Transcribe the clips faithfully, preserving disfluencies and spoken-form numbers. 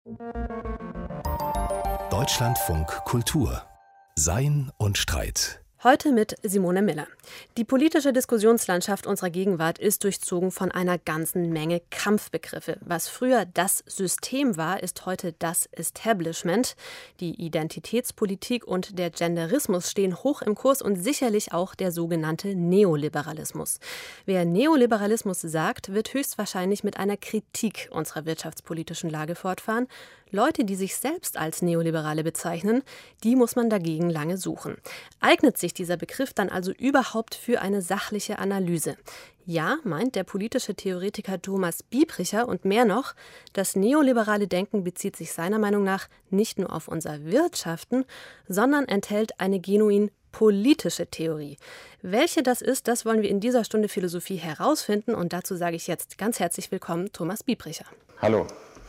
Deutschlandfunk Kultur. Sein und Streit. Heute mit Simone Miller. Die politische Diskussionslandschaft unserer Gegenwart ist durchzogen von einer ganzen Menge Kampfbegriffe. Was früher das System war, ist heute das Establishment. Die Identitätspolitik und der Genderismus stehen hoch im Kurs und sicherlich auch der sogenannte Neoliberalismus. Wer Neoliberalismus sagt, wird höchstwahrscheinlich mit einer Kritik unserer wirtschaftspolitischen Lage fortfahren. Leute, die sich selbst als Neoliberale bezeichnen, die muss man dagegen lange suchen. Eignet sich dieser Begriff dann also überhaupt für eine sachliche Analyse? Ja, meint der politische Theoretiker Thomas Biebricher, und mehr noch, das neoliberale Denken bezieht sich seiner Meinung nach nicht nur auf unser Wirtschaften, sondern enthält eine genuin politische Theorie. Welche das ist, das wollen wir in dieser Stunde Philosophie herausfinden, und dazu sage ich jetzt ganz herzlich willkommen, Thomas Biebricher. Hallo.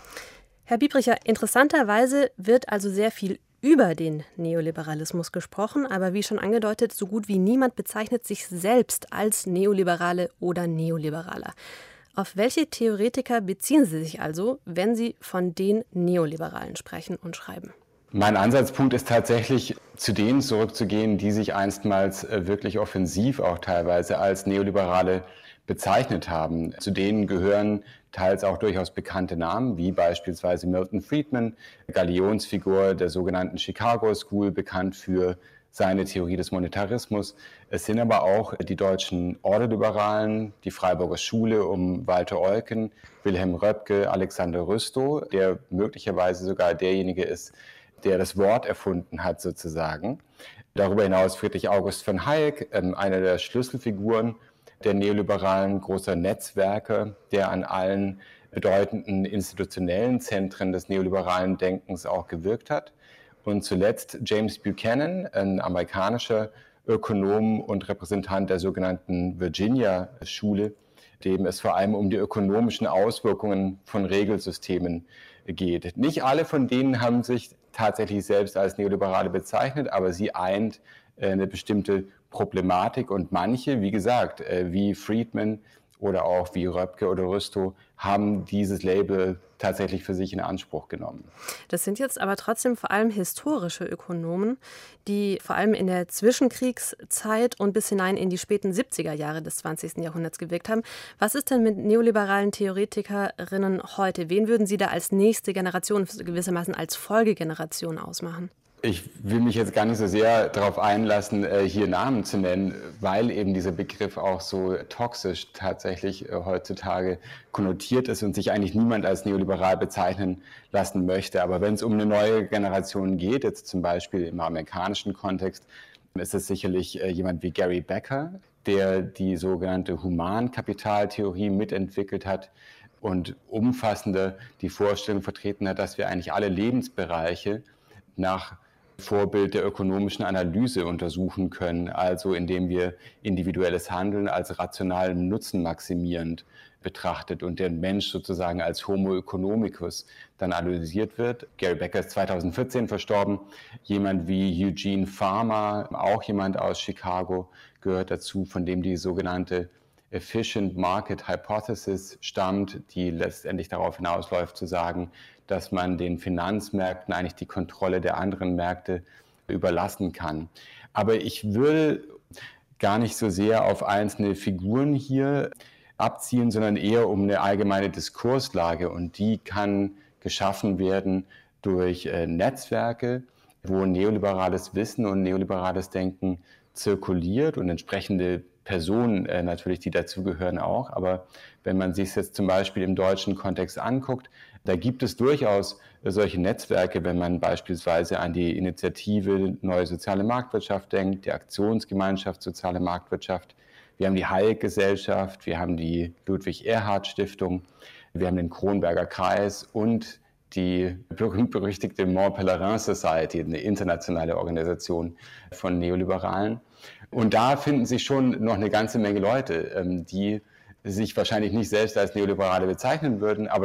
Herr Biebricher, interessanterweise wird also sehr viel über den Neoliberalismus gesprochen, aber wie schon angedeutet, so gut wie niemand bezeichnet sich selbst als Neoliberale oder Neoliberaler. Auf welche Theoretiker beziehen Sie sich also, wenn Sie von den Neoliberalen sprechen und schreiben? Mein Ansatzpunkt ist tatsächlich, zu denen zurückzugehen, die sich einstmals wirklich offensiv auch teilweise als Neoliberale bezeichnet haben. Zu denen gehören teils auch durchaus bekannte Namen, wie beispielsweise Milton Friedman, Galionsfigur der sogenannten Chicago School, bekannt für seine Theorie des Monetarismus. Es sind aber auch die deutschen Ordoliberalen, die Freiburger Schule um Walter Eucken, Wilhelm Röpke, Alexander Rüstow, der möglicherweise sogar derjenige ist, der das Wort erfunden hat sozusagen. Darüber hinaus Friedrich August von Hayek, einer der Schlüsselfiguren der neoliberalen, großer Netzwerke, der an allen bedeutenden institutionellen Zentren des neoliberalen Denkens auch gewirkt hat. Und zuletzt James Buchanan, ein amerikanischer Ökonom und Repräsentant der sogenannten Virginia-Schule, dem es vor allem um die ökonomischen Auswirkungen von Regelsystemen geht. Nicht alle von denen haben sich tatsächlich selbst als Neoliberale bezeichnet, aber sie eint eine bestimmte Problematik, und manche, wie gesagt, wie Friedman oder auch wie Röpke oder Rüstow, haben dieses Label tatsächlich für sich in Anspruch genommen. Das sind jetzt aber trotzdem vor allem historische Ökonomen, die vor allem in der Zwischenkriegszeit und bis hinein in die späten siebziger Jahre des zwanzigsten Jahrhunderts gewirkt haben. Was ist denn mit neoliberalen Theoretikerinnen heute? Wen würden Sie da als nächste Generation, gewissermaßen als Folgegeneration ausmachen? Ich will mich jetzt gar nicht so sehr darauf einlassen, hier Namen zu nennen, weil eben dieser Begriff auch so toxisch tatsächlich heutzutage konnotiert ist und sich eigentlich niemand als neoliberal bezeichnen lassen möchte. Aber wenn es um eine neue Generation geht, jetzt zum Beispiel im amerikanischen Kontext, ist es sicherlich jemand wie Gary Becker, der die sogenannte Humankapitaltheorie mitentwickelt hat und umfassender die Vorstellung vertreten hat, dass wir eigentlich alle Lebensbereiche nach Vorbild der ökonomischen Analyse untersuchen können, also indem wir individuelles Handeln als rational nutzenmaximierend betrachtet und der Mensch sozusagen als Homo economicus dann analysiert wird. Gary Becker ist zweitausendvierzehn verstorben. Jemand wie Eugene Farmer, auch jemand aus Chicago, gehört dazu, von dem die sogenannte Efficient Market Hypothesis stammt, die letztendlich darauf hinausläuft zu sagen, dass man den Finanzmärkten eigentlich die Kontrolle der anderen Märkte überlassen kann. Aber ich würde gar nicht so sehr auf einzelne Figuren hier abzielen, sondern eher um eine allgemeine Diskurslage, und die kann geschaffen werden durch äh, Netzwerke, wo neoliberales Wissen und neoliberales Denken zirkuliert und entsprechende Personen äh, natürlich, die dazugehören auch. Aber wenn man sich jetzt zum Beispiel im deutschen Kontext anguckt, da gibt es durchaus äh, solche Netzwerke, wenn man beispielsweise an die Initiative Neue Soziale Marktwirtschaft denkt, die Aktionsgemeinschaft Soziale Marktwirtschaft. Wir haben die Hayek-Gesellschaft, wir haben die Ludwig-Erhard-Stiftung, wir haben den Kronberger Kreis und die berühmt-berüchtigte Mont Pelerin Society, eine internationale Organisation von Neoliberalen. Und da finden sich schon noch eine ganze Menge Leute, die sich wahrscheinlich nicht selbst als Neoliberale bezeichnen würden, aber doch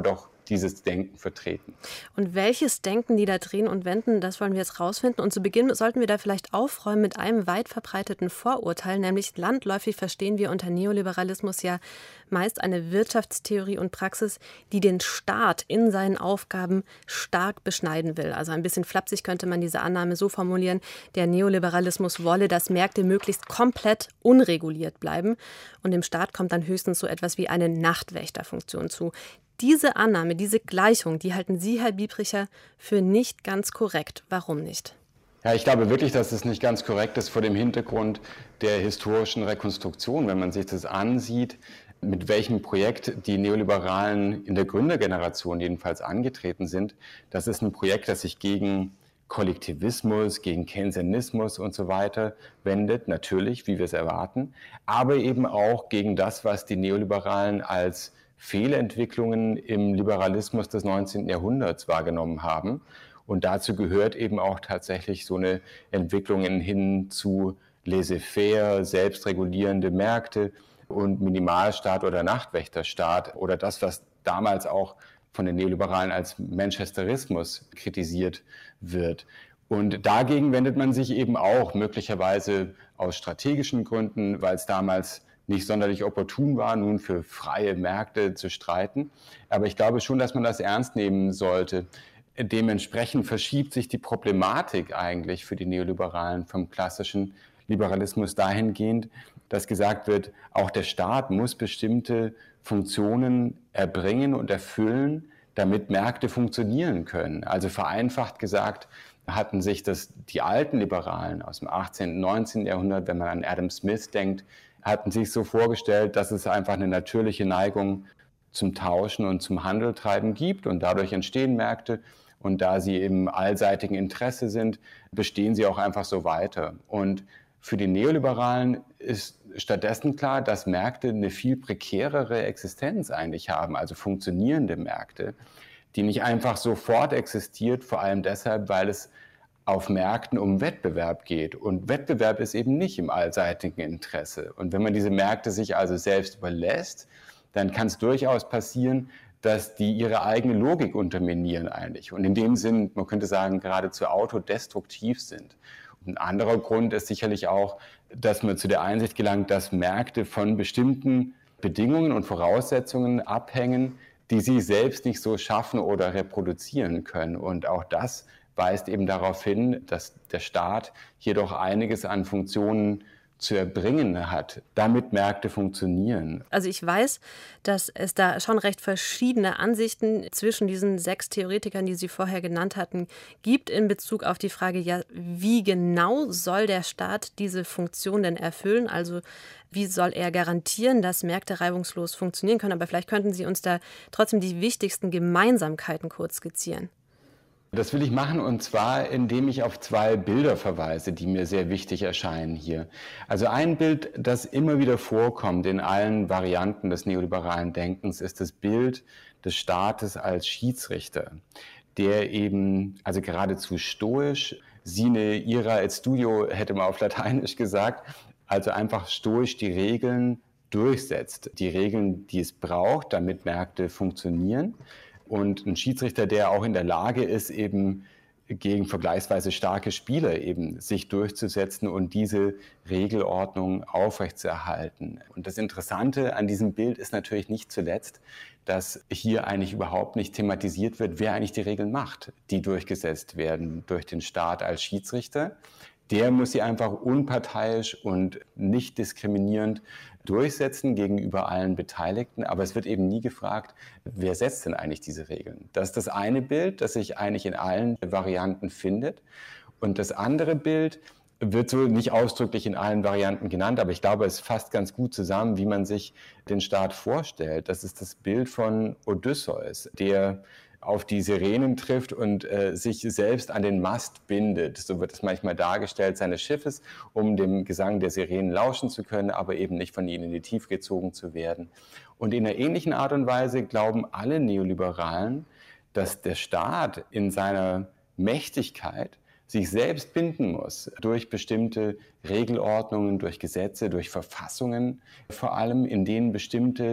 dieses Denken vertreten. Und welches Denken die da drehen und wenden, das wollen wir jetzt rausfinden. Und zu Beginn sollten wir da vielleicht aufräumen mit einem weit verbreiteten Vorurteil, nämlich landläufig verstehen wir unter Neoliberalismus ja meist eine Wirtschaftstheorie und Praxis, die den Staat in seinen Aufgaben stark beschneiden will. Also ein bisschen flapsig könnte man diese Annahme so formulieren, der Neoliberalismus wolle, dass Märkte möglichst komplett unreguliert bleiben. Und dem Staat kommt dann höchstens so etwas wie eine Nachtwächterfunktion zu. Diese Annahme, diese Gleichung, die halten Sie, Herr Biebricher, für nicht ganz korrekt. Warum nicht? Ja, ich glaube wirklich, dass es nicht ganz korrekt ist vor dem Hintergrund der historischen Rekonstruktion, wenn man sich das ansieht, mit welchem Projekt die Neoliberalen in der Gründergeneration jedenfalls angetreten sind. Das ist ein Projekt, das sich gegen Kollektivismus, gegen Keynesianismus und so weiter wendet, natürlich, wie wir es erwarten, aber eben auch gegen das, was die Neoliberalen als Fehlentwicklungen im Liberalismus des neunzehnten Jahrhunderts wahrgenommen haben. Und dazu gehört eben auch tatsächlich so eine Entwicklung hin zu laissez-faire, selbstregulierende Märkte und Minimalstaat oder Nachtwächterstaat oder das, was damals auch von den Neoliberalen als Manchesterismus kritisiert wird. Und dagegen wendet man sich eben auch möglicherweise aus strategischen Gründen, weil es damals nicht sonderlich opportun war, nun für freie Märkte zu streiten. Aber ich glaube schon, dass man das ernst nehmen sollte. Dementsprechend verschiebt sich die Problematik eigentlich für die Neoliberalen vom klassischen Liberalismus dahingehend, dass gesagt wird, auch der Staat muss bestimmte Funktionen erbringen und erfüllen, damit Märkte funktionieren können. Also vereinfacht gesagt hatten sich das die alten Liberalen aus dem achtzehnten, neunzehnten Jahrhundert, wenn man an Adam Smith denkt, hatten sich so vorgestellt, dass es einfach eine natürliche Neigung zum Tauschen und zum Handel treiben gibt und dadurch entstehen Märkte und da sie im allseitigen Interesse sind, bestehen sie auch einfach so weiter. Und für die Neoliberalen ist stattdessen klar, dass Märkte eine viel prekärere Existenz eigentlich haben, also funktionierende Märkte, die nicht einfach sofort existiert, vor allem deshalb, weil es auf Märkten um Wettbewerb geht. Und Wettbewerb ist eben nicht im allseitigen Interesse. Und wenn man diese Märkte sich also selbst überlässt, dann kann es durchaus passieren, dass die ihre eigene Logik unterminieren eigentlich. Und in dem Sinn, man könnte sagen, geradezu autodestruktiv sind. Ein anderer Grund ist sicherlich auch, dass man zu der Einsicht gelangt, dass Märkte von bestimmten Bedingungen und Voraussetzungen abhängen, die sie selbst nicht so schaffen oder reproduzieren können. Und auch das weist eben darauf hin, dass der Staat hier doch einiges an Funktionen zu erbringen hat, damit Märkte funktionieren. Also ich weiß, dass es da schon recht verschiedene Ansichten zwischen diesen sechs Theoretikern, die Sie vorher genannt hatten, gibt in Bezug auf die Frage, ja, wie genau soll der Staat diese Funktion denn erfüllen? Also wie soll er garantieren, dass Märkte reibungslos funktionieren können? Aber vielleicht könnten Sie uns da trotzdem die wichtigsten Gemeinsamkeiten kurz skizzieren. Das will ich machen, und zwar, indem ich auf zwei Bilder verweise, die mir sehr wichtig erscheinen hier. Also ein Bild, das immer wieder vorkommt in allen Varianten des neoliberalen Denkens, ist das Bild des Staates als Schiedsrichter, der eben, also geradezu stoisch, sine ira et studio, hätte man auf Lateinisch gesagt, also einfach stoisch die Regeln durchsetzt, die Regeln, die es braucht, damit Märkte funktionieren. Und ein Schiedsrichter, der auch in der Lage ist, eben gegen vergleichsweise starke Spieler eben sich durchzusetzen und diese Regelordnung aufrechtzuerhalten. Und das Interessante an diesem Bild ist natürlich nicht zuletzt, dass hier eigentlich überhaupt nicht thematisiert wird, wer eigentlich die Regeln macht, die durchgesetzt werden durch den Staat als Schiedsrichter. Der muss sie einfach unparteiisch und nicht diskriminierend durchsetzen gegenüber allen Beteiligten. Aber es wird eben nie gefragt, wer setzt denn eigentlich diese Regeln? Das ist das eine Bild, das sich eigentlich in allen Varianten findet. Und das andere Bild wird so nicht ausdrücklich in allen Varianten genannt, aber ich glaube, es fasst ganz gut zusammen, wie man sich den Staat vorstellt. Das ist das Bild von Odysseus, der auf die Sirenen trifft und äh, sich selbst an den Mast bindet. So wird es manchmal dargestellt, seines Schiffes, um dem Gesang der Sirenen lauschen zu können, aber eben nicht von ihnen in die Tiefe gezogen zu werden. Und in einer ähnlichen Art und Weise glauben alle Neoliberalen, dass der Staat in seiner Mächtigkeit sich selbst binden muss durch bestimmte Regelordnungen, durch Gesetze, durch Verfassungen, vor allem in denen bestimmte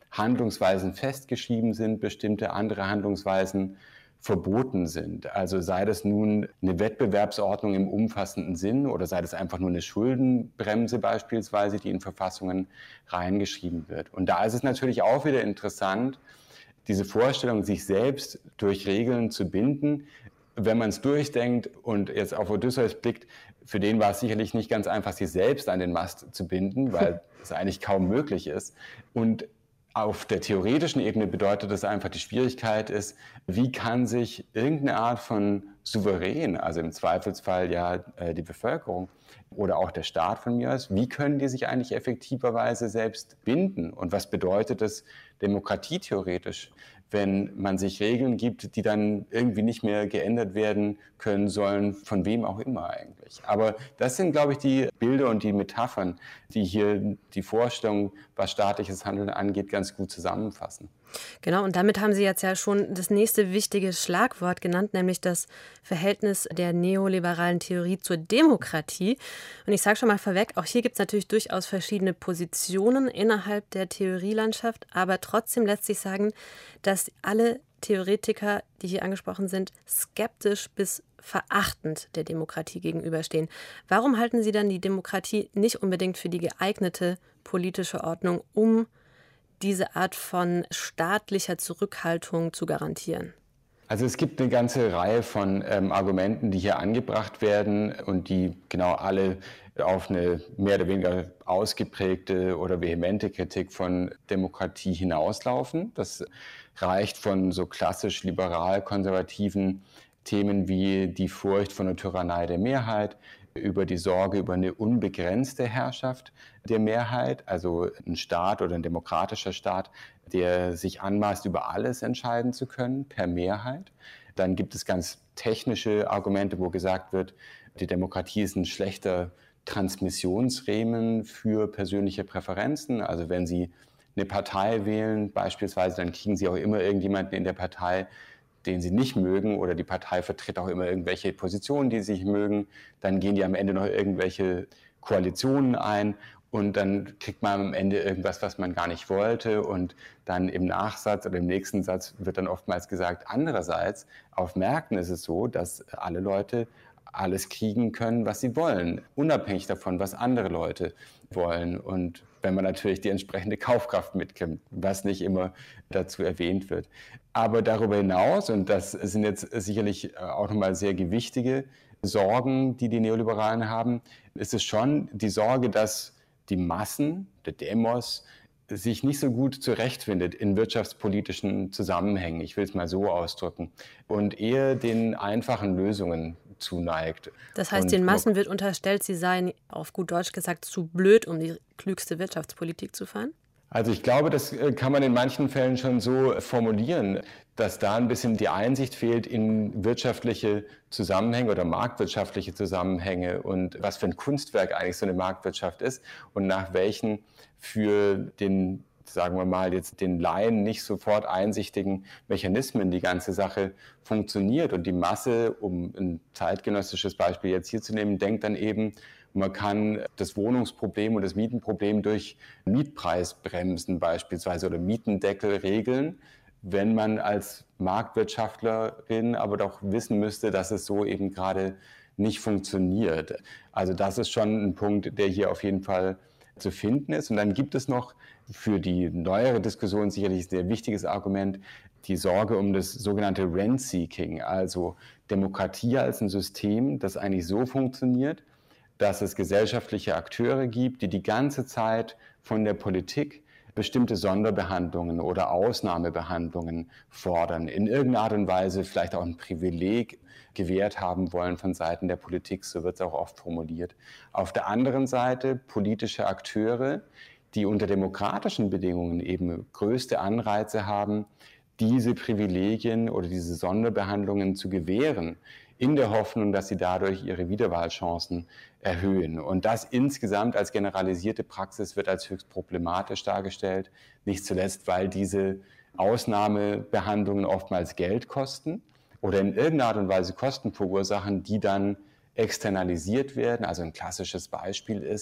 Handlungsweisen festgeschrieben sind, bestimmte andere Handlungsweisen verboten sind. Also sei das nun eine Wettbewerbsordnung im umfassenden Sinn oder sei das einfach nur eine Schuldenbremse beispielsweise, die in Verfassungen reingeschrieben wird. Und da ist es natürlich auch wieder interessant, diese Vorstellung, sich selbst durch Regeln zu binden. Wenn man es durchdenkt und jetzt auf Odysseus blickt, für den war es sicherlich nicht ganz einfach, sich selbst an den Mast zu binden, weil es eigentlich kaum möglich ist. Und auf der theoretischen Ebene bedeutet das einfach, die Schwierigkeit ist, wie kann sich irgendeine Art von Souverän, also im Zweifelsfall ja die Bevölkerung oder auch der Staat von mir aus, wie können die sich eigentlich effektiverweise selbst binden? Und was bedeutet das demokratietheoretisch, wenn man sich Regeln gibt, die dann irgendwie nicht mehr geändert werden können sollen, von wem auch immer eigentlich. Aber das sind, glaube ich, die Bilder und die Metaphern, die hier die Vorstellung, was staatliches Handeln angeht, ganz gut zusammenfassen. Genau, und damit haben Sie jetzt ja schon das nächste wichtige Schlagwort genannt, nämlich das Verhältnis der neoliberalen Theorie zur Demokratie. Und ich sage schon mal vorweg, auch hier gibt es natürlich durchaus verschiedene Positionen innerhalb der Theorielandschaft, aber trotzdem lässt sich sagen, dass alle Theoretiker, die hier angesprochen sind, skeptisch bis verachtend der Demokratie gegenüberstehen. Warum halten Sie dann die Demokratie nicht unbedingt für die geeignete politische Ordnung, um diese Art von staatlicher Zurückhaltung zu garantieren? Also es gibt eine ganze Reihe von ähm, Argumenten, die hier angebracht werden und die genau alle auf eine mehr oder weniger ausgeprägte oder vehemente Kritik von Demokratie hinauslaufen. Das reicht von so klassisch liberal-konservativen Themen wie die Furcht vor einer Tyrannei der Mehrheit, über die Sorge über eine unbegrenzte Herrschaft der Mehrheit, also ein Staat oder ein demokratischer Staat, der sich anmaßt, über alles entscheiden zu können, per Mehrheit. Dann gibt es ganz technische Argumente, wo gesagt wird, die Demokratie ist ein schlechter Transmissionsrahmen für persönliche Präferenzen. Also wenn Sie eine Partei wählen beispielsweise, dann kriegen Sie auch immer irgendjemanden in der Partei, den sie nicht mögen, oder die Partei vertritt auch immer irgendwelche Positionen, die sie nicht mögen. Dann gehen die am Ende noch irgendwelche Koalitionen ein und dann kriegt man am Ende irgendwas, was man gar nicht wollte. Und dann im Nachsatz oder im nächsten Satz wird dann oftmals gesagt, andererseits auf Märkten ist es so, dass alle Leute alles kriegen können, was sie wollen, unabhängig davon, was andere Leute wollen. Und wenn man natürlich die entsprechende Kaufkraft mitkriegt, was nicht immer dazu erwähnt wird. Aber darüber hinaus, und das sind jetzt sicherlich auch nochmal sehr gewichtige Sorgen, die die Neoliberalen haben, ist es schon die Sorge, dass die Massen, der Demos, sich nicht so gut zurechtfindet in wirtschaftspolitischen Zusammenhängen, ich will es mal so ausdrücken, und eher den einfachen Lösungen zuneigt. Das heißt, und den Massen wird unterstellt, sie seien, auf gut Deutsch gesagt, zu blöd, um die klügste Wirtschaftspolitik zu fahren? Also ich glaube, das kann man in manchen Fällen schon so formulieren, dass da ein bisschen die Einsicht fehlt in wirtschaftliche Zusammenhänge oder marktwirtschaftliche Zusammenhänge und was für ein Kunstwerk eigentlich so eine Marktwirtschaft ist und nach welchen für den, sagen wir mal, jetzt den Laien nicht sofort einsichtigen Mechanismen die ganze Sache funktioniert. Und die Masse, um ein zeitgenössisches Beispiel jetzt hier zu nehmen, denkt dann eben, man kann das Wohnungsproblem und das Mietenproblem durch Mietpreisbremsen beispielsweise oder Mietendeckel regeln, wenn man als Marktwirtschaftlerin aber doch wissen müsste, dass es so eben gerade nicht funktioniert. Also das ist schon ein Punkt, der hier auf jeden Fall zu finden ist. Und dann gibt es noch für die neuere Diskussion sicherlich ein sehr wichtiges Argument, die Sorge um das sogenannte Rent-Seeking, also Demokratie als ein System, das eigentlich so funktioniert, dass es gesellschaftliche Akteure gibt, die die ganze Zeit von der Politik bestimmte Sonderbehandlungen oder Ausnahmebehandlungen fordern, in irgendeiner Art und Weise vielleicht auch ein Privileg gewährt haben wollen von Seiten der Politik, so wird es auch oft formuliert. Auf der anderen Seite politische Akteure, die unter demokratischen Bedingungen eben größte Anreize haben, diese Privilegien oder diese Sonderbehandlungen zu gewähren, in der Hoffnung, dass sie dadurch ihre Wiederwahlchancen erhöhen. Und das insgesamt als generalisierte Praxis wird als höchst problematisch dargestellt, nicht zuletzt, weil diese Ausnahmebehandlungen oftmals Geld kosten oder in irgendeiner Art und Weise Kosten verursachen, die dann externalisiert werden. Also ein klassisches Beispiel ist,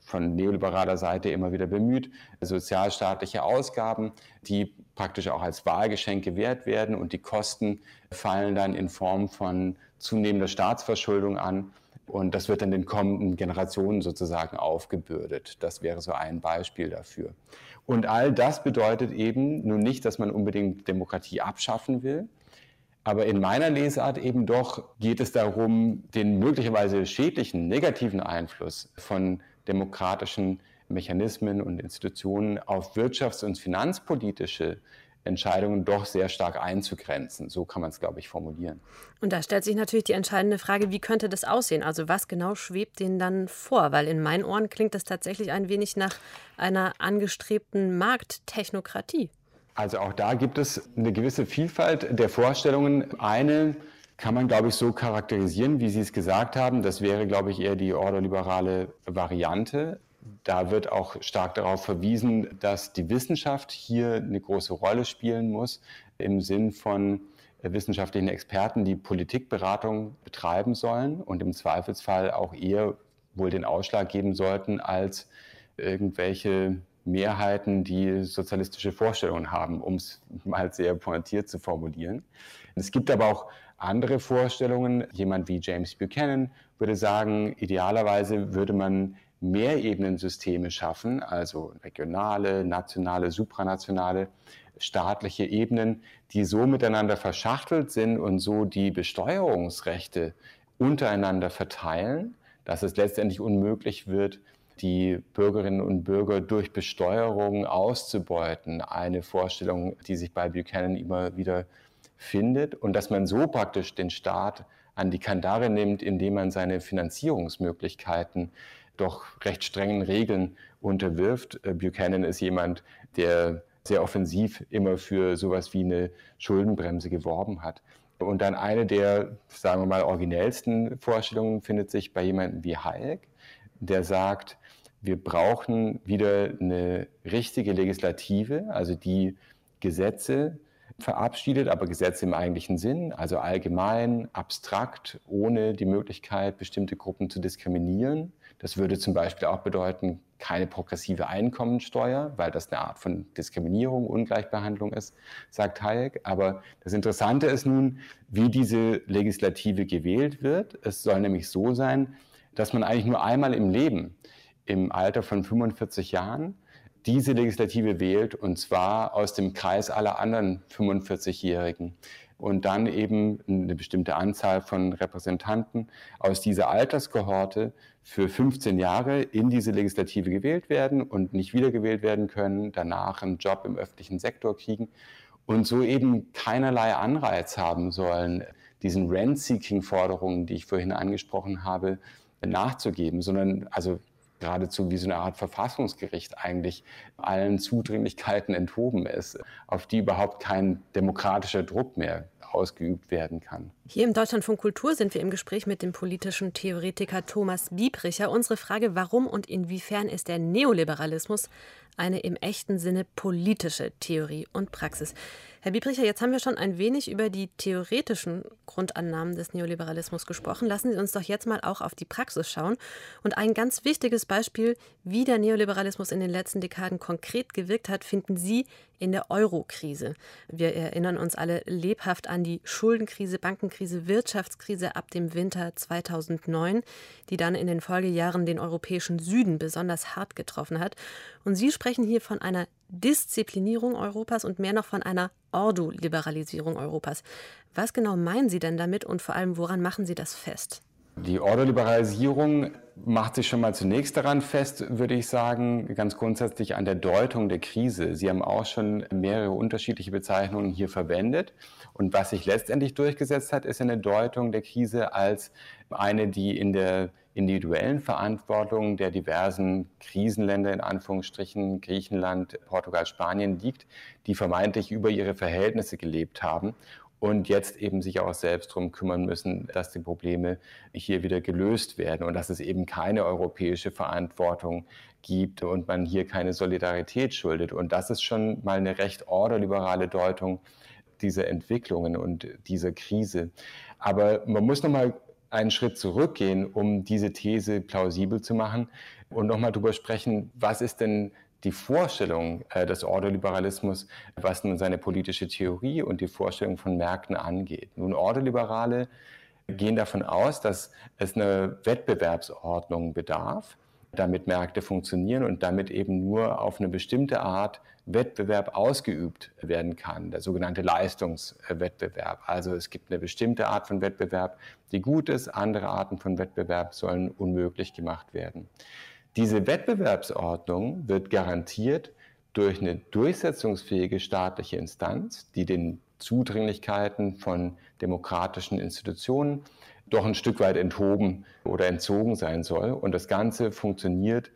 von neoliberaler Seite immer wieder bemüht, sozialstaatliche Ausgaben, die praktisch auch als Wahlgeschenk gewährt werden und die Kosten fallen dann in Form von zunehmender Staatsverschuldung an und das wird dann den kommenden Generationen sozusagen aufgebürdet. Das wäre so ein Beispiel dafür. Und all das bedeutet eben nun nicht, dass man unbedingt Demokratie abschaffen will, aber in meiner Lesart eben doch geht es darum, den möglicherweise schädlichen, negativen Einfluss von demokratischen Mechanismen und Institutionen auf wirtschafts- und finanzpolitische Entscheidungen doch sehr stark einzugrenzen. So kann man es, glaube ich, formulieren. Und da stellt sich natürlich die entscheidende Frage, wie könnte das aussehen? Also was genau schwebt denen dann vor? Weil in meinen Ohren klingt das tatsächlich ein wenig nach einer angestrebten Markttechnokratie. Also auch da gibt es eine gewisse Vielfalt der Vorstellungen. Eine kann man, glaube ich, so charakterisieren, wie Sie es gesagt haben. Das wäre, glaube ich, eher die ordoliberale Variante. Da wird auch stark darauf verwiesen, dass die Wissenschaft hier eine große Rolle spielen muss, im Sinn von wissenschaftlichen Experten, die Politikberatung betreiben sollen und im Zweifelsfall auch eher wohl den Ausschlag geben sollten als irgendwelche Mehrheiten, die sozialistische Vorstellungen haben, um es mal sehr pointiert zu formulieren. Es gibt aber auch andere Vorstellungen. Jemand wie James Buchanan würde sagen, idealerweise würde man Mehrebenensysteme schaffen, also regionale, nationale, supranationale, staatliche Ebenen, die so miteinander verschachtelt sind und so die Besteuerungsrechte untereinander verteilen, dass es letztendlich unmöglich wird, die Bürgerinnen und Bürger durch Besteuerung auszubeuten. Eine Vorstellung, die sich bei Buchanan immer wieder findet und dass man so praktisch den Staat an die Kandare nimmt, indem man seine Finanzierungsmöglichkeiten doch recht strengen Regeln unterwirft. Buchanan ist jemand, der sehr offensiv immer für sowas wie eine Schuldenbremse geworben hat. Und dann eine der, sagen wir mal, originellsten Vorstellungen findet sich bei jemandem wie Hayek, der sagt, wir brauchen wieder eine richtige Legislative, also die Gesetze verabschiedet, aber Gesetze im eigentlichen Sinn, also allgemein, abstrakt, ohne die Möglichkeit, bestimmte Gruppen zu diskriminieren. Das würde zum Beispiel auch bedeuten, keine progressive Einkommensteuer, weil das eine Art von Diskriminierung, Ungleichbehandlung ist, sagt Hayek. Aber das Interessante ist nun, wie diese Legislative gewählt wird. Es soll nämlich so sein, dass man eigentlich nur einmal im Leben, im Alter von fünfundvierzig Jahren, diese Legislative wählt, und zwar aus dem Kreis aller anderen fünfundvierzig-Jährigen. Und dann eben eine bestimmte Anzahl von Repräsentanten aus dieser Alterskohorte für fünfzehn Jahre in diese Legislative gewählt werden und nicht wiedergewählt werden können, danach einen Job im öffentlichen Sektor kriegen und so eben keinerlei Anreiz haben sollen, diesen Rent-Seeking-Forderungen, die ich vorhin angesprochen habe, nachzugeben, sondern also geradezu wie so eine Art Verfassungsgericht eigentlich allen Zudringlichkeiten enthoben ist, auf die überhaupt kein demokratischer Druck mehr ausgeübt werden kann. Hier im Deutschlandfunk Kultur sind wir im Gespräch mit dem politischen Theoretiker Thomas Biebricher. Unsere Frage, warum und inwiefern ist der Neoliberalismus eine im echten Sinne politische Theorie und Praxis? Herr Biebricher, jetzt haben wir schon ein wenig über die theoretischen Grundannahmen des Neoliberalismus gesprochen. Lassen Sie uns doch jetzt mal auch auf die Praxis schauen. Und ein ganz wichtiges Beispiel, wie der Neoliberalismus in den letzten Dekaden konkret gewirkt hat, finden Sie in der Euro-Krise. Wir erinnern uns alle lebhaft an die Schuldenkrise, Bankenkrise, Wirtschaftskrise ab dem Winter zweitausendneun, die dann in den Folgejahren den europäischen Süden besonders hart getroffen hat. Und Sie sprechen hier von einer Disziplinierung Europas und mehr noch von einer Ordoliberalisierung Europas. Was genau meinen Sie denn damit und vor allem, woran machen Sie das fest? Die Ordoliberalisierung macht sich schon mal zunächst daran fest, würde ich sagen, ganz grundsätzlich an der Deutung der Krise. Sie haben auch schon mehrere unterschiedliche Bezeichnungen hier verwendet. Und was sich letztendlich durchgesetzt hat, ist eine Deutung der Krise als eine, die in der individuellen Verantwortung der diversen Krisenländer, in Anführungsstrichen Griechenland, Portugal, Spanien liegt, die vermeintlich über ihre Verhältnisse gelebt haben und jetzt eben sich auch selbst darum kümmern müssen, dass die Probleme hier wieder gelöst werden und dass es eben keine europäische Verantwortung gibt und man hier keine Solidarität schuldet. Und das ist schon mal eine recht ordoliberale Deutung dieser Entwicklungen und dieser Krise. Aber man muss noch mal einen Schritt zurückgehen, um diese These plausibel zu machen und nochmal darüber sprechen, was ist denn die Vorstellung äh, des Ordoliberalismus, was nun seine politische Theorie und die Vorstellung von Märkten angeht. Nun, Ordoliberale gehen davon aus, dass es eine Wettbewerbsordnung bedarf, damit Märkte funktionieren und damit eben nur auf eine bestimmte Art Wettbewerb ausgeübt werden kann, der sogenannte Leistungswettbewerb. Also es gibt eine bestimmte Art von Wettbewerb, die gut ist, andere Arten von Wettbewerb sollen unmöglich gemacht werden. Diese Wettbewerbsordnung wird garantiert durch eine durchsetzungsfähige staatliche Instanz, die den Zudringlichkeiten von demokratischen Institutionen doch ein Stück weit enthoben oder entzogen sein soll. Und das Ganze funktioniert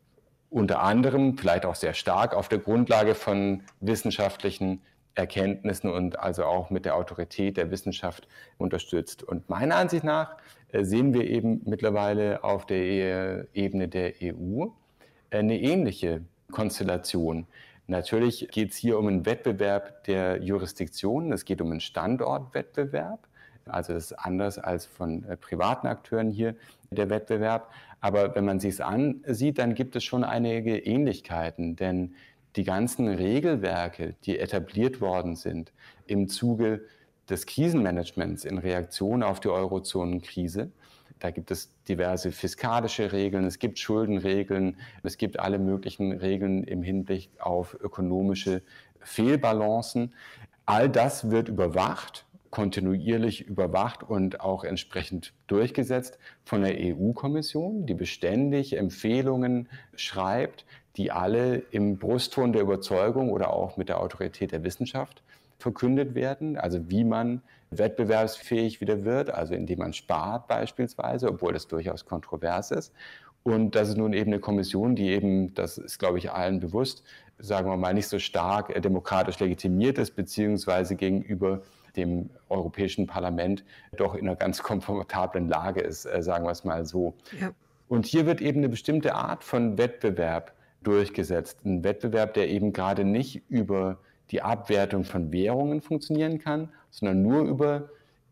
unter anderem, vielleicht auch sehr stark, auf der Grundlage von wissenschaftlichen Erkenntnissen und also auch mit der Autorität der Wissenschaft unterstützt. Und meiner Ansicht nach sehen wir eben mittlerweile auf der Ebene der E U eine ähnliche Konstellation. Natürlich geht es hier um einen Wettbewerb der Jurisdiktionen, es geht um einen Standortwettbewerb. Also das ist anders als von äh, privaten Akteuren hier der Wettbewerb. Aber wenn man sich es ansieht, dann gibt es schon einige Ähnlichkeiten. Denn die ganzen Regelwerke, die etabliert worden sind im Zuge des Krisenmanagements in Reaktion auf die Eurozonenkrise, da gibt es diverse fiskalische Regeln, es gibt Schuldenregeln, es gibt alle möglichen Regeln im Hinblick auf ökonomische Fehlbalancen. All das wird überwacht, kontinuierlich überwacht und auch entsprechend durchgesetzt von der E U-Kommission, die beständig Empfehlungen schreibt, die alle im Brustton der Überzeugung oder auch mit der Autorität der Wissenschaft verkündet werden, also wie man wettbewerbsfähig wieder wird, also indem man spart beispielsweise, obwohl das durchaus kontrovers ist. Und das ist nun eben eine Kommission, die eben, das ist glaube ich allen bewusst, sagen wir mal, nicht so stark äh, demokratisch legitimiert ist, beziehungsweise gegenüber dem Europäischen Parlament doch in einer ganz komfortablen Lage ist, äh, sagen wir es mal so. Ja. Und hier wird eben eine bestimmte Art von Wettbewerb durchgesetzt. Ein Wettbewerb, der eben gerade nicht über die Abwertung von Währungen funktionieren kann, sondern nur über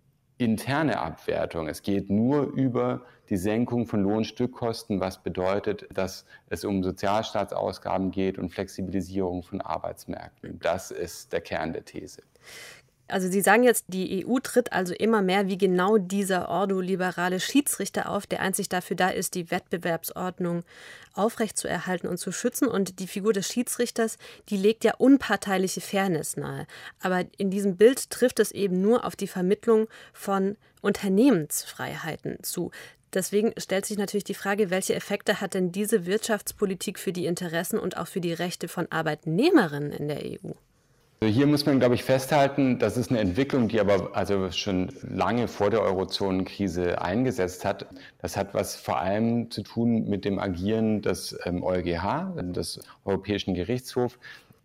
interne Abwertung. Es geht nur über die Senkung von Lohnstückkosten, was bedeutet, dass es um Sozialstaatsausgaben geht und Flexibilisierung von Arbeitsmärkten. Das ist der Kern der These. Also Sie sagen jetzt, die E U tritt also immer mehr wie genau dieser ordoliberale Schiedsrichter auf, der einzig dafür da ist, die Wettbewerbsordnung aufrechtzuerhalten und zu schützen. Und die Figur des Schiedsrichters, die legt ja unparteiliche Fairness nahe. Aber in diesem Bild trifft es eben nur auf die Vermittlung von Unternehmensfreiheiten zu. Deswegen stellt sich natürlich die Frage, welche Effekte hat denn diese Wirtschaftspolitik für die Interessen und auch für die Rechte von Arbeitnehmerinnen in der E U? Also hier muss man, glaube ich, festhalten, das ist eine Entwicklung, die aber also schon lange vor der Eurozonenkrise eingesetzt hat. Das hat was vor allem zu tun mit dem Agieren des ähm, E u G H, des Europäischen Gerichtshofs,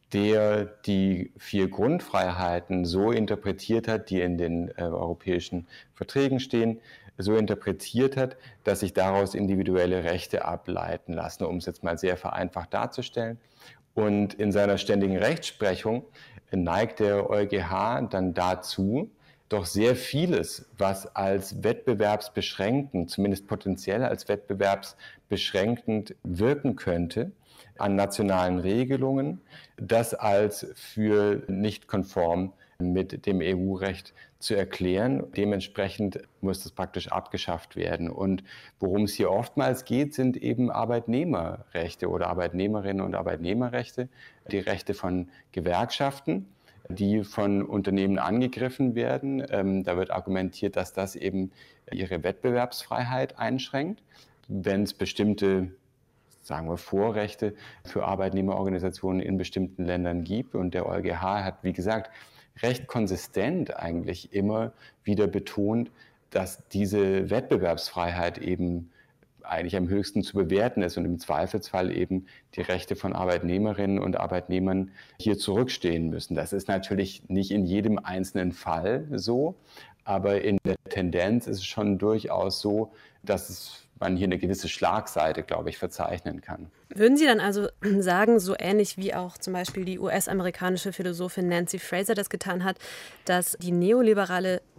der die vier Grundfreiheiten so interpretiert hat, die in den äh, europäischen Verträgen stehen, so interpretiert hat, dass sich daraus individuelle Rechte ableiten lassen, um es jetzt mal sehr vereinfacht darzustellen. Und in seiner ständigen Rechtsprechung neigt der E u G H dann dazu, doch sehr vieles, was als wettbewerbsbeschränkend, zumindest potenziell als wettbewerbsbeschränkend wirken könnte, an nationalen Regelungen, das als für nicht konform mit dem E U-Recht zu erklären. Dementsprechend muss das praktisch abgeschafft werden. Und worum es hier oftmals geht, sind eben Arbeitnehmerrechte oder Arbeitnehmerinnen und Arbeitnehmerrechte, die Rechte von Gewerkschaften, die von Unternehmen angegriffen werden. Ähm, da wird argumentiert, dass das eben ihre Wettbewerbsfreiheit einschränkt, wenn es bestimmte, sagen wir, Vorrechte für Arbeitnehmerorganisationen in bestimmten Ländern gibt. Und der E u G H hat, wie gesagt, recht konsistent eigentlich immer wieder betont, dass diese Wettbewerbsfreiheit eben eigentlich am höchsten zu bewerten ist und im Zweifelsfall eben die Rechte von Arbeitnehmerinnen und Arbeitnehmern hier zurückstehen müssen. Das ist natürlich nicht in jedem einzelnen Fall so, aber in der Tendenz ist es schon durchaus so, dass es man hier eine gewisse Schlagseite, glaube ich, verzeichnen kann. Würden Sie dann also sagen, so ähnlich wie auch zum Beispiel die U S-amerikanische Philosophin Nancy Fraser das getan hat, dass die neoliberale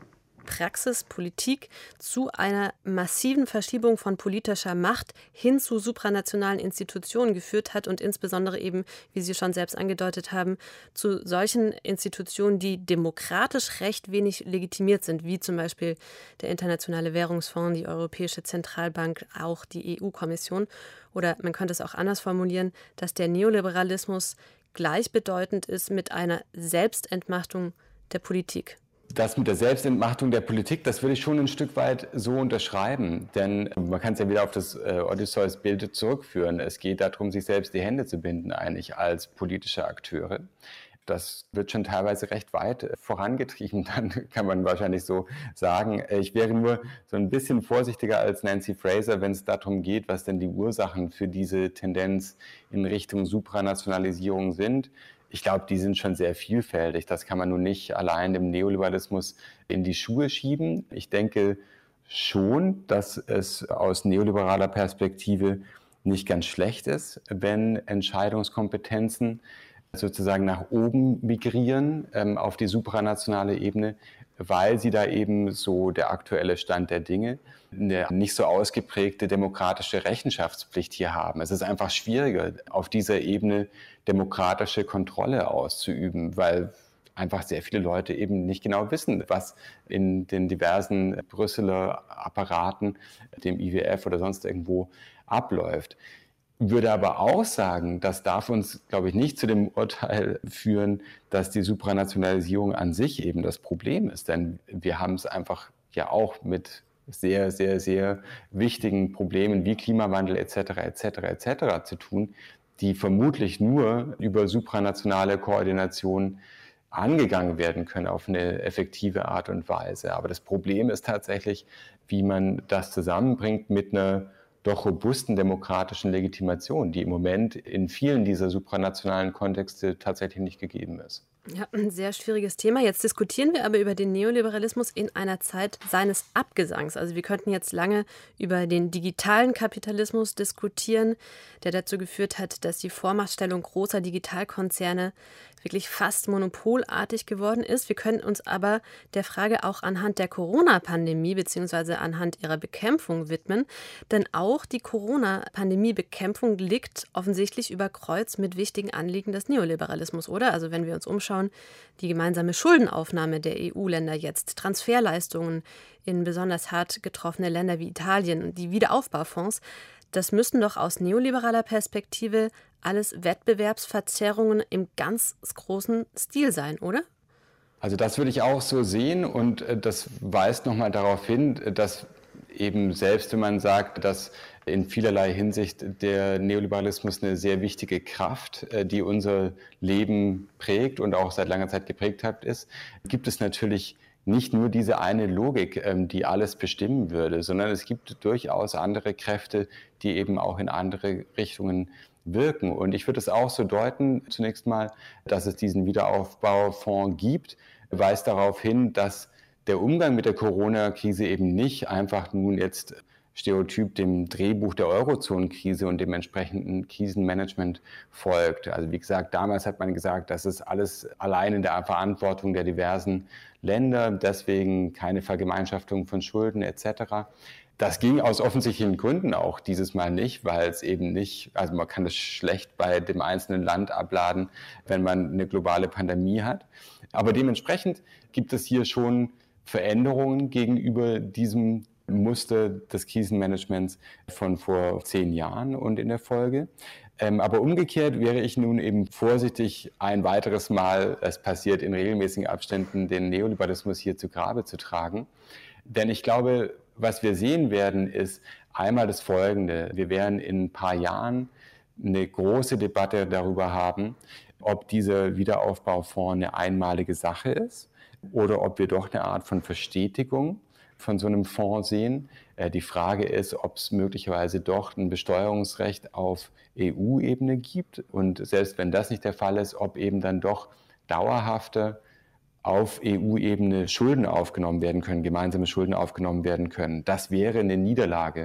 Praxis, Politik zu einer massiven Verschiebung von politischer Macht hin zu supranationalen Institutionen geführt hat und insbesondere eben, wie Sie schon selbst angedeutet haben, zu solchen Institutionen, die demokratisch recht wenig legitimiert sind, wie zum Beispiel der Internationale Währungsfonds, die Europäische Zentralbank, auch die E U-Kommission. Oder man könnte es auch anders formulieren, dass der Neoliberalismus gleichbedeutend ist mit einer Selbstentmachtung der Politik. Das mit der Selbstentmachtung der Politik, das würde ich schon ein Stück weit so unterschreiben. Denn man kann es ja wieder auf das äh, Odysseus-Bild zurückführen. Es geht darum, sich selbst die Hände zu binden, eigentlich als politische Akteure. Das wird schon teilweise recht weit vorangetrieben, dann kann man wahrscheinlich so sagen. Ich wäre nur so ein bisschen vorsichtiger als Nancy Fraser, wenn es darum geht, was denn die Ursachen für diese Tendenz in Richtung Supranationalisierung sind. Ich glaube, die sind schon sehr vielfältig. Das kann man nun nicht allein dem Neoliberalismus in die Schuhe schieben. Ich denke schon, dass es aus neoliberaler Perspektive nicht ganz schlecht ist, wenn Entscheidungskompetenzen sozusagen nach oben migrieren ähm, auf die supranationale Ebene, weil sie da eben so der aktuelle Stand der Dinge, eine nicht so ausgeprägte demokratische Rechenschaftspflicht hier haben. Es ist einfach schwieriger, auf dieser Ebene demokratische Kontrolle auszuüben, weil einfach sehr viele Leute eben nicht genau wissen, was in den diversen Brüsseler Apparaten, dem I W F oder sonst irgendwo abläuft. Würde aber auch sagen, das darf uns, glaube ich, nicht zu dem Urteil führen, dass die Supranationalisierung an sich eben das Problem ist. Denn wir haben es einfach ja auch mit sehr, sehr, sehr wichtigen Problemen wie Klimawandel et cetera et cetera et cetera zu tun, die vermutlich nur über supranationale Koordination angegangen werden können auf eine effektive Art und Weise. Aber das Problem ist tatsächlich, wie man das zusammenbringt mit einer doch robusten demokratischen Legitimation, die im Moment in vielen dieser supranationalen Kontexte tatsächlich nicht gegeben ist. Ja, ein sehr schwieriges Thema. Jetzt diskutieren wir aber über den Neoliberalismus in einer Zeit seines Abgesangs. Also wir könnten jetzt lange über den digitalen Kapitalismus diskutieren, der dazu geführt hat, dass die Vormachtstellung großer Digitalkonzerne wirklich fast monopolartig geworden ist. Wir können uns aber der Frage auch anhand der Corona-Pandemie bzw. anhand ihrer Bekämpfung widmen. Denn auch die Corona-Pandemie-Bekämpfung liegt offensichtlich über Kreuz mit wichtigen Anliegen des Neoliberalismus, oder? Also wenn wir uns umschauen, die gemeinsame Schuldenaufnahme der E U-Länder jetzt, Transferleistungen in besonders hart getroffene Länder wie Italien und die Wiederaufbaufonds, das müssten doch aus neoliberaler Perspektive alles Wettbewerbsverzerrungen im ganz großen Stil sein, oder? Also das würde ich auch so sehen und das weist nochmal darauf hin, dass eben selbst wenn man sagt, dass in vielerlei Hinsicht der Neoliberalismus eine sehr wichtige Kraft, die unser Leben prägt und auch seit langer Zeit geprägt hat, ist, gibt es natürlich nicht nur diese eine Logik, die alles bestimmen würde, sondern es gibt durchaus andere Kräfte, die eben auch in andere Richtungen wirken. Und ich würde es auch so deuten, zunächst mal, dass es diesen Wiederaufbaufonds gibt, weist darauf hin, dass der Umgang mit der Corona-Krise eben nicht einfach nun jetzt stereotyp dem Drehbuch der Eurozonenkrise und dem entsprechenden Krisenmanagement folgt. Also wie gesagt, damals hat man gesagt, das ist alles allein in der Verantwortung der diversen Länder, deswegen keine Vergemeinschaftung von Schulden et cetera. Das ging aus offensichtlichen Gründen auch dieses Mal nicht, weil es eben nicht, also man kann das schlecht bei dem einzelnen Land abladen, wenn man eine globale Pandemie hat. Aber dementsprechend gibt es hier schon Veränderungen gegenüber diesem Muster des Krisenmanagements von vor zehn Jahren und in der Folge. Ähm, aber umgekehrt wäre ich nun eben vorsichtig, ein weiteres Mal, es passiert in regelmäßigen Abständen, den Neoliberalismus hier zu Grabe zu tragen. Denn ich glaube, was wir sehen werden, ist einmal das Folgende. Wir werden in ein paar Jahren eine große Debatte darüber haben, ob dieser Wiederaufbaufonds eine einmalige Sache ist oder ob wir doch eine Art von Verstetigung von so einem Fonds sehen. Die Frage ist, ob es möglicherweise doch ein Besteuerungsrecht auf E U-Ebene gibt und selbst wenn das nicht der Fall ist, ob eben dann doch dauerhafter auf E U-Ebene Schulden aufgenommen werden können, gemeinsame Schulden aufgenommen werden können. Das wäre eine Niederlage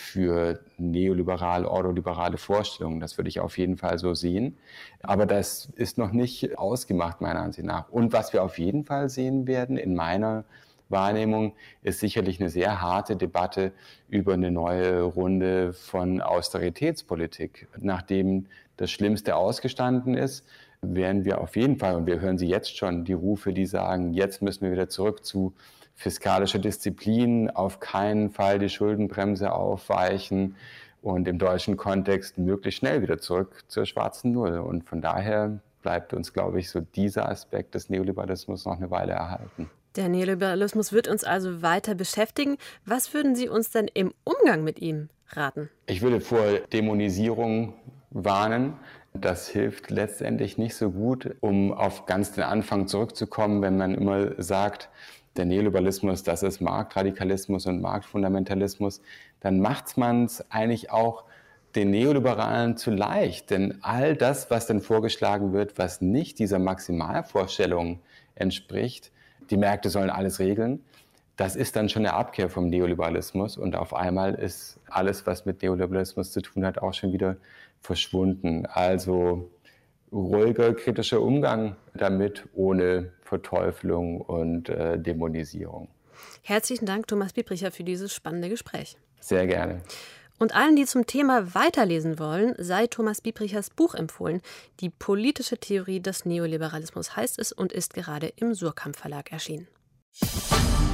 für neoliberal, ordoliberale Vorstellungen. Das würde ich auf jeden Fall so sehen. Aber das ist noch nicht ausgemacht, meiner Ansicht nach. Und was wir auf jeden Fall sehen werden, in meiner Wahrnehmung ist sicherlich eine sehr harte Debatte über eine neue Runde von Austeritätspolitik. Nachdem das Schlimmste ausgestanden ist, werden wir auf jeden Fall, und wir hören sie jetzt schon, die Rufe, die sagen, jetzt müssen wir wieder zurück zu fiskalischer Disziplin, auf keinen Fall die Schuldenbremse aufweichen und im deutschen Kontext möglichst schnell wieder zurück zur schwarzen Null. Und von daher bleibt uns, glaube ich, so dieser Aspekt des Neoliberalismus noch eine Weile erhalten. Der Neoliberalismus wird uns also weiter beschäftigen. Was würden Sie uns denn im Umgang mit ihm raten? Ich würde vor Dämonisierung warnen. Das hilft letztendlich nicht so gut, um auf ganz den Anfang zurückzukommen, wenn man immer sagt, der Neoliberalismus, das ist Marktradikalismus und Marktfundamentalismus, dann macht man es eigentlich auch den Neoliberalen zu leicht. Denn all das, was dann vorgeschlagen wird, was nicht dieser Maximalvorstellung entspricht, die Märkte sollen alles regeln, das ist dann schon eine Abkehr vom Neoliberalismus. Und auf einmal ist alles, was mit Neoliberalismus zu tun hat, auch schon wieder verschwunden. Also ruhiger, kritischer Umgang damit, ohne Verteufelung und äh, Dämonisierung. Herzlichen Dank, Thomas Biebricher, für dieses spannende Gespräch. Sehr gerne. Und allen, die zum Thema weiterlesen wollen, sei Thomas Biebrichers Buch empfohlen. Die politische Theorie des Neoliberalismus heißt es und ist gerade im Suhrkamp Verlag erschienen.